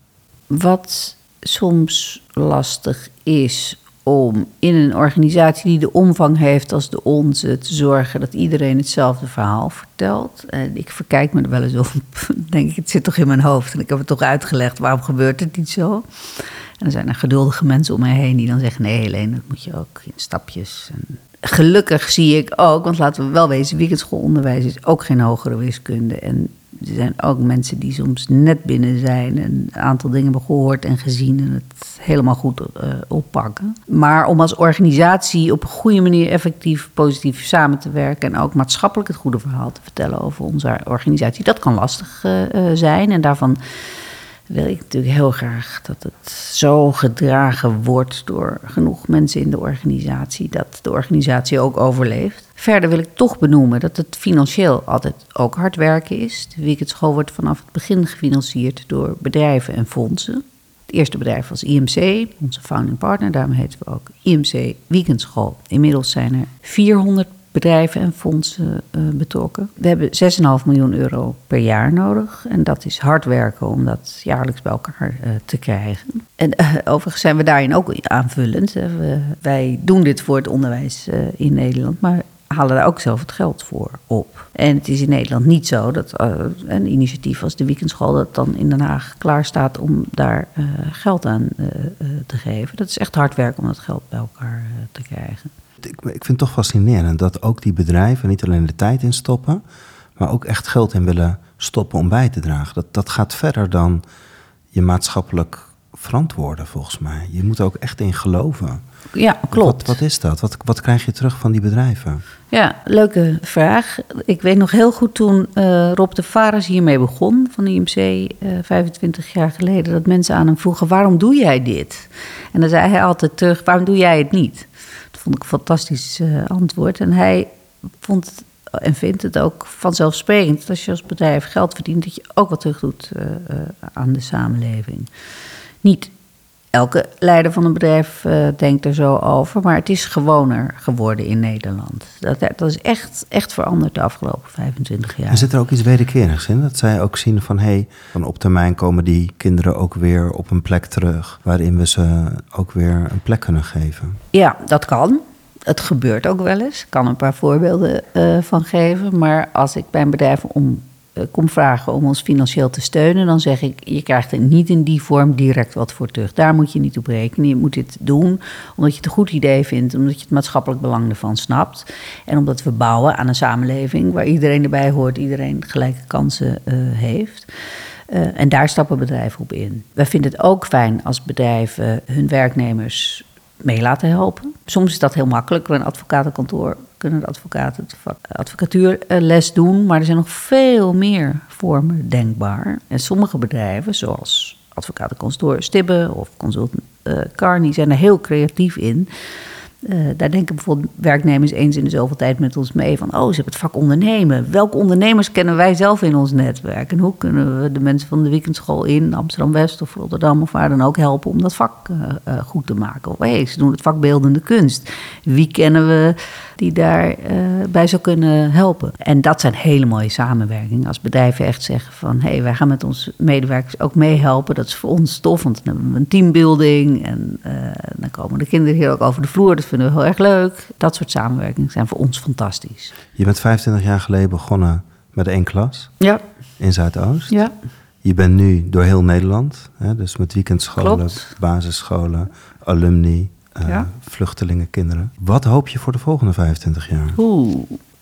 Wat soms lastig is om in een organisatie die de omvang heeft als de onze te zorgen dat iedereen hetzelfde verhaal vertelt. En ik verkijk me er wel eens op. Denk ik, het zit toch in mijn hoofd. En ik heb het toch uitgelegd, waarom gebeurt het niet zo? En er zijn er geduldige mensen om mij heen die dan zeggen, nee Helene, dat moet je ook in stapjes. En gelukkig zie ik ook, want laten we wel wezen, weekendschoolonderwijs is ook geen hogere wiskunde. En er zijn ook mensen die soms net binnen zijn en een aantal dingen hebben gehoord en gezien en het helemaal goed uh, oppakken. Maar om als organisatie op een goede manier effectief, positief samen te werken en ook maatschappelijk het goede verhaal te vertellen over onze organisatie, dat kan lastig uh, zijn. En daarvan wil ik natuurlijk heel graag dat het zo gedragen wordt door genoeg mensen in de organisatie, dat de organisatie ook overleeft. Verder wil ik toch benoemen dat het financieel altijd ook hard werken is. De weekendschool wordt vanaf het begin gefinancierd door bedrijven en fondsen. Het eerste bedrijf was I M C, onze founding partner, daarom heten we ook I M C Weekendschool. Inmiddels zijn er vierhonderd bedrijven en fondsen uh, betrokken. We hebben zes komma vijf miljoen euro per jaar nodig. En dat is hard werken om dat jaarlijks bij elkaar uh, te krijgen. En uh, overigens zijn we daarin ook aanvullend. Hè. We, wij doen dit voor het onderwijs uh, in Nederland, maar halen daar ook zelf het geld voor op. En het is in Nederland niet zo dat uh, een initiatief als de weekendschool dat dan in Den Haag klaar staat om daar uh, geld aan uh, uh, te geven. Dat is echt hard werken om dat geld bij elkaar uh, te krijgen. Ik, ik vind het toch fascinerend dat ook die bedrijven niet alleen de tijd in stoppen, maar ook echt geld in willen stoppen om bij te dragen. Dat, dat gaat verder dan je maatschappelijk verantwoorden, volgens mij. Je moet er ook echt in geloven. Ja, klopt. Wat, wat is dat? Wat, wat krijg je terug van die bedrijven? Ja, leuke vraag. Ik weet nog heel goed toen uh, Rob de Vares hiermee begon van de I M C uh, vijfentwintig jaar geleden, dat mensen aan hem vroegen, waarom doe jij dit? En dan zei hij altijd terug, waarom doe jij het niet? Dat vond ik een fantastisch uh, antwoord. En hij vond het en vindt het ook vanzelfsprekend dat als je als bedrijf geld verdient, dat je ook wat terug doet uh, uh, aan de samenleving. Niet elke leider van een bedrijf uh, denkt er zo over, maar het is gewoner geworden in Nederland. Dat, dat is echt, echt veranderd de afgelopen vijfentwintig jaar. En zit er ook iets wederkerigs in? Dat zij ook zien van, hé, hey, van op termijn komen die kinderen ook weer op een plek terug, waarin we ze ook weer een plek kunnen geven? Ja, dat kan. Het gebeurt ook wel eens. Ik kan een paar voorbeelden uh, van geven. Maar als ik bij een bedrijf om, uh, kom vragen om ons financieel te steunen, dan zeg ik, je krijgt er niet in die vorm direct wat voor terug. Daar moet je niet op rekenen. Je moet dit doen omdat je het een goed idee vindt, omdat je het maatschappelijk belang ervan snapt. En omdat we bouwen aan een samenleving waar iedereen erbij hoort, iedereen gelijke kansen uh, heeft. Uh, en daar stappen bedrijven op in. Wij vinden het ook fijn als bedrijven hun werknemers mee laten helpen. Soms is dat heel makkelijk. Bij een advocatenkantoor kunnen de advocaten de advocatuurles doen, maar er zijn nog veel meer vormen denkbaar. En sommige bedrijven, zoals advocatenkantoor Stibbe of consultant uh, Carney, zijn er heel creatief in. Uh, daar denken bijvoorbeeld werknemers eens in de zoveel tijd met ons mee van, oh, ze hebben het vak ondernemen. Welke ondernemers kennen wij zelf in ons netwerk? En hoe kunnen we de mensen van de weekendschool in Amsterdam-West of Rotterdam of waar dan ook helpen om dat vak uh, uh, goed te maken? Of hey, ze doen het vak beeldende kunst. Wie kennen we die daarbij uh, bij zou kunnen helpen? En dat zijn hele mooie samenwerkingen. Als bedrijven echt zeggen van, hé, hey, wij gaan met onze medewerkers ook meehelpen. Dat is voor ons tof, want dan hebben we een teambuilding en uh, dan komen de kinderen hier ook over de vloer. Dat vinden we heel erg leuk. Dat soort samenwerkingen zijn voor ons fantastisch. Je bent vijfentwintig jaar geleden begonnen met één klas. Ja. In Zuidoost. Ja. Je bent nu door heel Nederland, hè, dus met weekendscholen, Klopt. basisscholen, alumni, uh, ja. vluchtelingenkinderen. Wat hoop je voor de volgende vijfentwintig jaar? Oeh,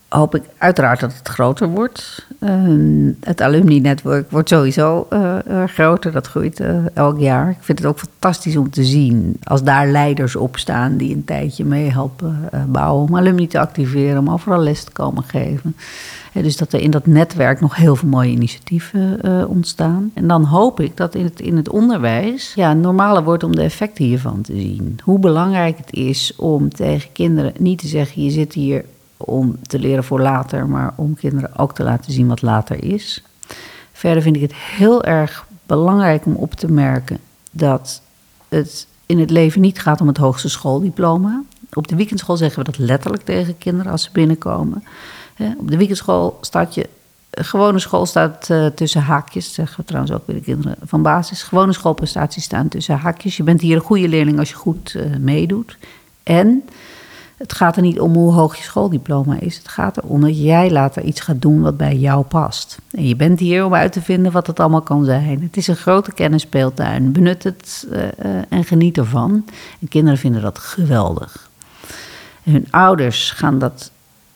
hoop ik uiteraard dat het groter wordt. Uh, het alumni-netwerk wordt sowieso uh, uh, groter. Dat groeit uh, elk jaar. Ik vind het ook fantastisch om te zien als daar leiders op staan die een tijdje meehelpen uh, bouwen om alumni te activeren, om overal les te komen geven. Uh, dus dat er in dat netwerk nog heel veel mooie initiatieven uh, ontstaan. En dan hoop ik dat in het, in het onderwijs ja, normaler wordt om de effecten hiervan te zien. Hoe belangrijk het is om tegen kinderen niet te zeggen, je zit hier om te leren voor later, maar om kinderen ook te laten zien wat later is. Verder vind ik het heel erg belangrijk om op te merken dat het in het leven niet gaat om het hoogste schooldiploma. Op de weekendschool zeggen we dat letterlijk tegen kinderen als ze binnenkomen. Op de weekendschool staat je, gewone school staat uh, tussen haakjes, dat zeggen we trouwens ook bij de kinderen van basis. Gewone schoolprestaties staan tussen haakjes. Je bent hier een goede leerling als je goed uh, meedoet. En het gaat er niet om hoe hoog je schooldiploma is. Het gaat erom dat jij later iets gaat doen wat bij jou past. En je bent hier om uit te vinden wat het allemaal kan zijn. Het is een grote kennisspeeltuin. Benut het uh, uh, en geniet ervan. En kinderen vinden dat geweldig. En hun ouders gaan dat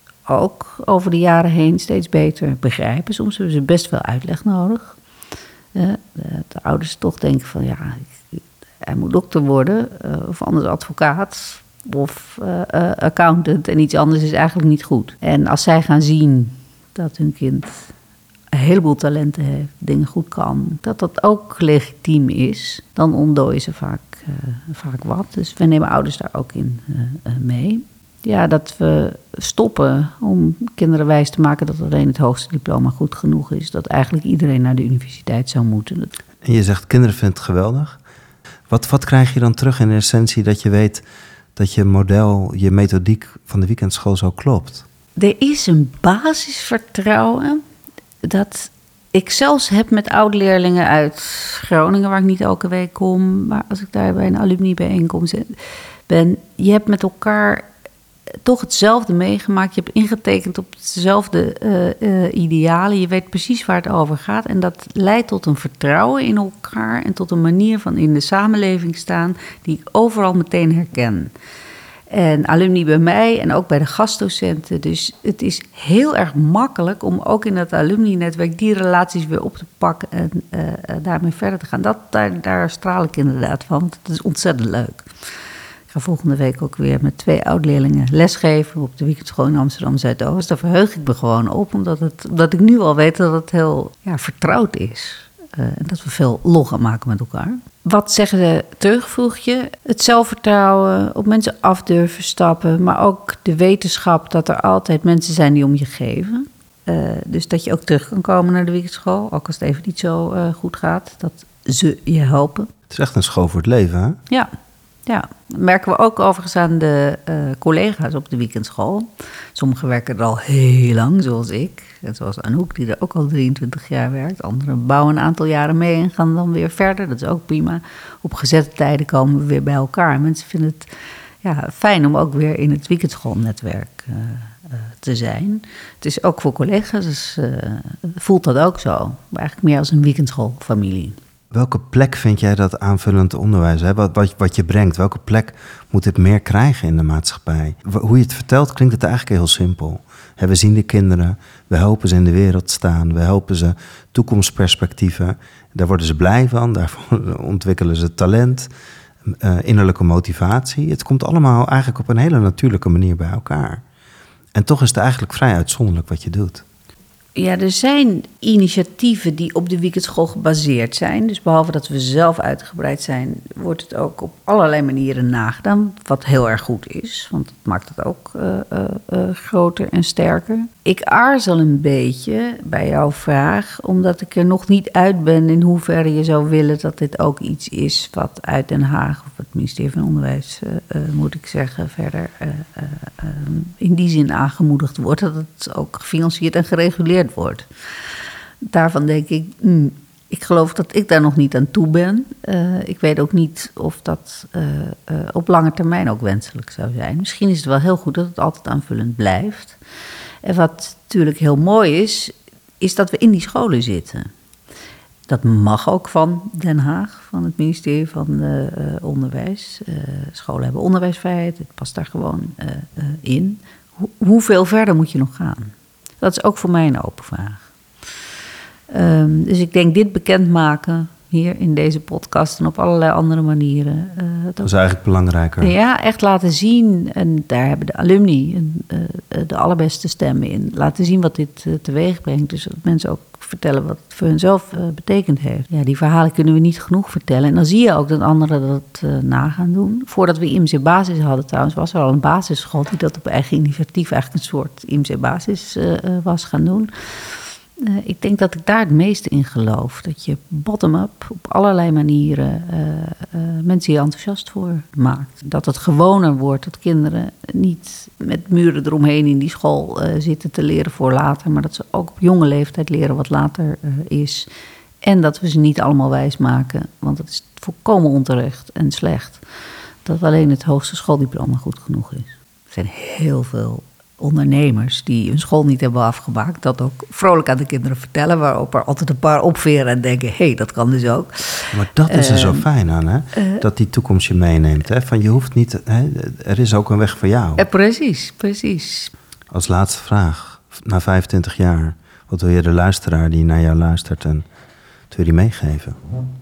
ook over de jaren heen steeds beter begrijpen. Soms hebben ze best wel uitleg nodig. Uh, de, de ouders toch denken van ja, hij moet dokter worden uh, of anders advocaat of uh, uh, accountant en iets anders is eigenlijk niet goed. En als zij gaan zien dat hun kind een heleboel talenten heeft, dingen goed kan, dat dat ook legitiem is, dan ontdooien ze vaak, uh, vaak wat. Dus we nemen ouders daar ook in uh, uh, mee. Ja, dat we stoppen om kinderen wijs te maken dat alleen het hoogste diploma goed genoeg is. Dat eigenlijk iedereen naar de universiteit zou moeten. En je zegt, kinderen vinden het geweldig. Wat, wat krijg je dan terug in essentie dat je weet dat je model, je methodiek van de weekendschool zo klopt? Er is een basisvertrouwen dat ik zelfs heb met oud-leerlingen uit Groningen, waar ik niet elke week kom, maar als ik daar bij een alumni-bijeenkomst ben, je hebt met elkaar toch hetzelfde meegemaakt. Je hebt ingetekend op hetzelfde uh, uh, idealen. Je weet precies waar het over gaat. En dat leidt tot een vertrouwen in elkaar en tot een manier van in de samenleving staan die ik overal meteen herken. En alumni bij mij en ook bij de gastdocenten. Dus het is heel erg makkelijk om ook in dat alumni-netwerk die relaties weer op te pakken en uh, uh, daarmee verder te gaan. Dat, daar, daar straal ik inderdaad van. Het is ontzettend leuk. Ik ga volgende week ook weer met twee oud-leerlingen lesgeven op de weekendschool in Amsterdam-Zuidoost. Daar verheug ik me gewoon op, omdat, het, omdat ik nu al weet dat het heel ja, vertrouwd is. Uh, en dat we veel lol gaan maken met elkaar. Wat zeggen ze terug, vroeg je? Het zelfvertrouwen, op mensen af durven stappen, maar ook de wetenschap dat er altijd mensen zijn die om je geven. Uh, dus dat je ook terug kan komen naar de weekendschool, ook als het even niet zo uh, goed gaat. Dat ze je helpen. Het is echt een school voor het leven, hè? Ja. Ja, dat merken we ook overigens aan de uh, collega's op de weekendschool. Sommigen werken er al heel lang, zoals ik. En zoals Anouk, die er ook al drieëntwintig jaar werkt. Anderen bouwen een aantal jaren mee en gaan dan weer verder. Dat is ook prima. Op gezette tijden komen we weer bij elkaar. Mensen vinden het ja, fijn om ook weer in het weekendschoolnetwerk uh, uh, te zijn. Het is ook voor collega's, dus, uh, voelt dat ook zo. Maar eigenlijk meer als een weekendschoolfamilie. Welke plek vind jij dat aanvullend onderwijs, hè? Wat, wat, wat je brengt? Welke plek moet het meer krijgen in de maatschappij? Hoe je het vertelt klinkt het eigenlijk heel simpel. We zien de kinderen, we helpen ze in de wereld staan, we helpen ze toekomstperspectieven. Daar worden ze blij van, daarvoor ontwikkelen ze talent, uh, innerlijke motivatie. Het komt allemaal eigenlijk op een hele natuurlijke manier bij elkaar. En toch is het eigenlijk vrij uitzonderlijk wat je doet. Ja, er zijn initiatieven die op de weekendschool gebaseerd zijn. Dus behalve dat we zelf uitgebreid zijn, wordt het ook op allerlei manieren nagedaan. Wat heel erg goed is, want dat maakt het ook uh, uh, uh, groter en sterker. Ik aarzel een beetje bij jouw vraag, omdat ik er nog niet uit ben in hoeverre je zou willen dat dit ook iets is wat uit Den Haag of het ministerie van Onderwijs, uh, uh, moet ik zeggen, verder uh, uh, uh, in die zin aangemoedigd wordt. Dat het ook gefinancierd en gereguleerd wordt. Daarvan denk ik, mm, ik geloof dat ik daar nog niet aan toe ben. Uh, ik weet ook niet of dat uh, uh, op lange termijn ook wenselijk zou zijn. Misschien is het wel heel goed dat het altijd aanvullend blijft. En wat natuurlijk heel mooi is, is dat we in die scholen zitten. Dat mag ook van Den Haag, van het ministerie van uh, Onderwijs. Uh, scholen hebben onderwijsvrijheid, het past daar gewoon uh, uh, in. Ho- hoeveel verder moet je nog gaan? Dat is ook voor mij een open vraag. Um, dus ik denk dit bekendmaken hier in deze podcast en op allerlei andere manieren. Uh, dat, dat is eigenlijk belangrijker. Ja, echt laten zien. En daar hebben de alumni een, uh, de allerbeste stemmen in. Laten zien wat dit uh, teweeg brengt. Dus dat mensen ook vertellen wat het voor hunzelf uh, betekend heeft. Ja, die verhalen kunnen we niet genoeg vertellen. En dan zie je ook dat anderen dat uh, na gaan doen. Voordat we I M C Basis hadden trouwens, was er al een basisschool die dat op eigen initiatief eigenlijk een soort I M C Basis uh, uh, was gaan doen. Uh, ik denk dat ik daar het meeste in geloof. Dat je bottom-up op allerlei manieren uh, uh, mensen hier enthousiast voor maakt. Dat het gewoner wordt dat kinderen niet met muren eromheen in die school uh, zitten te leren voor later. Maar dat ze ook op jonge leeftijd leren wat later uh, is. En dat we ze niet allemaal wijs maken. Want het is volkomen onterecht en slecht dat alleen het hoogste schooldiploma goed genoeg is. Er zijn heel veel ondernemers die hun school niet hebben afgemaakt, dat ook vrolijk aan de kinderen vertellen, waarop er altijd een paar opveren en denken, hé, hey, dat kan dus ook. Maar dat is er uh, zo fijn aan, hè? Uh, dat die toekomst je meeneemt. Hè? Van je hoeft niet, hè? Er is ook een weg voor jou. Uh, precies, precies. Als laatste vraag, na vijfentwintig jaar, wat wil je de luisteraar die naar jou luistert en wat wil je die meegeven?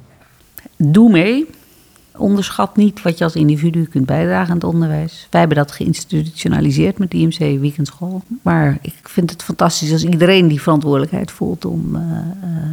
Doe mee. Onderschat niet wat je als individu kunt bijdragen aan het onderwijs. Wij hebben dat geïnstitutionaliseerd met de I M C Weekendschool. Maar ik vind het fantastisch als iedereen die verantwoordelijkheid voelt om uh, uh,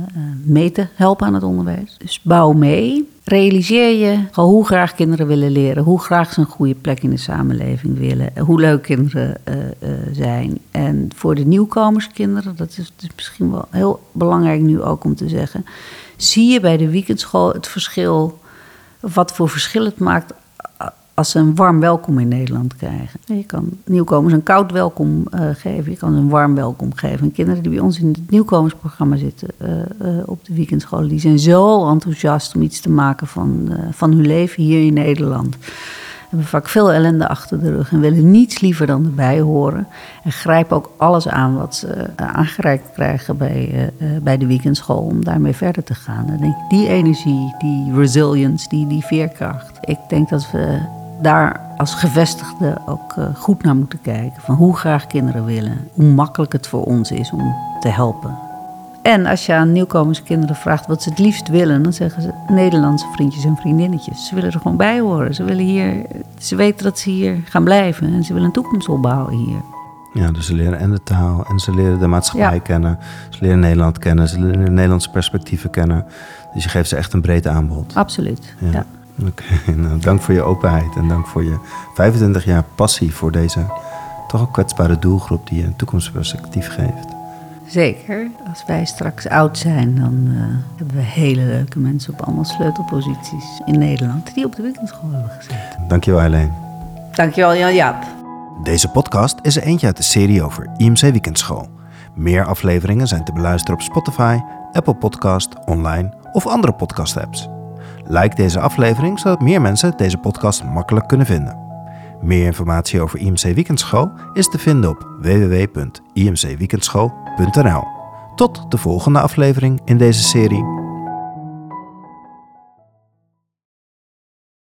mee te helpen aan het onderwijs. Dus bouw mee. Realiseer je hoe graag kinderen willen leren. Hoe graag ze een goede plek in de samenleving willen. Hoe leuk kinderen uh, uh, zijn. En voor de nieuwkomerskinderen, dat is, dat is misschien wel heel belangrijk nu ook om te zeggen. Zie je bij de weekendschool het verschil, wat voor verschil het maakt als ze een warm welkom in Nederland krijgen. Je kan nieuwkomers een koud welkom uh, geven, je kan ze een warm welkom geven. En kinderen die bij ons in het nieuwkomersprogramma zitten uh, uh, op de weekendschool, die zijn zo enthousiast om iets te maken van, uh, van hun leven hier in Nederland. Hebben vaak veel ellende achter de rug en willen niets liever dan erbij horen. En grijpen ook alles aan wat ze uh, aangereikt krijgen bij, uh, uh, bij de weekendschool om daarmee verder te gaan. Dan denk ik, die energie, die resilience, die, die veerkracht. Ik denk dat we daar als gevestigden ook uh, goed naar moeten kijken. Van hoe graag kinderen willen. Hoe makkelijk het voor ons is om te helpen. En als je aan nieuwkomerskinderen vraagt wat ze het liefst willen, dan zeggen ze Nederlandse vriendjes en vriendinnetjes. Ze willen er gewoon bij horen. Ze willen hier, ze weten dat ze hier gaan blijven en ze willen een toekomst opbouwen hier. Ja, dus ze leren en de taal en ze leren de maatschappij ja. kennen. Ze leren Nederland kennen, ze leren de Nederlandse perspectieven kennen. Dus je geeft ze echt een breed aanbod. Absoluut, ja. ja. Oké, okay, nou, dank voor je openheid en dank voor je vijfentwintig jaar passie voor deze toch ook kwetsbare doelgroep die je een toekomstperspectief geeft. Zeker. Als wij straks oud zijn, dan uh, hebben we hele leuke mensen op allemaal sleutelposities in Nederland die op de weekendschool hebben gezeten. Dankjewel, Helene. Dankjewel, Jan-Jaap. Deze podcast is er eentje uit de serie over I M C Weekendschool. Meer afleveringen zijn te beluisteren op Spotify, Apple Podcast, online of andere podcast-apps. Like deze aflevering, zodat meer mensen deze podcast makkelijk kunnen vinden. Meer informatie over I M C Weekendschool is te vinden op w w w punt i m c weekendschool punt n l. Tot de volgende aflevering in deze serie.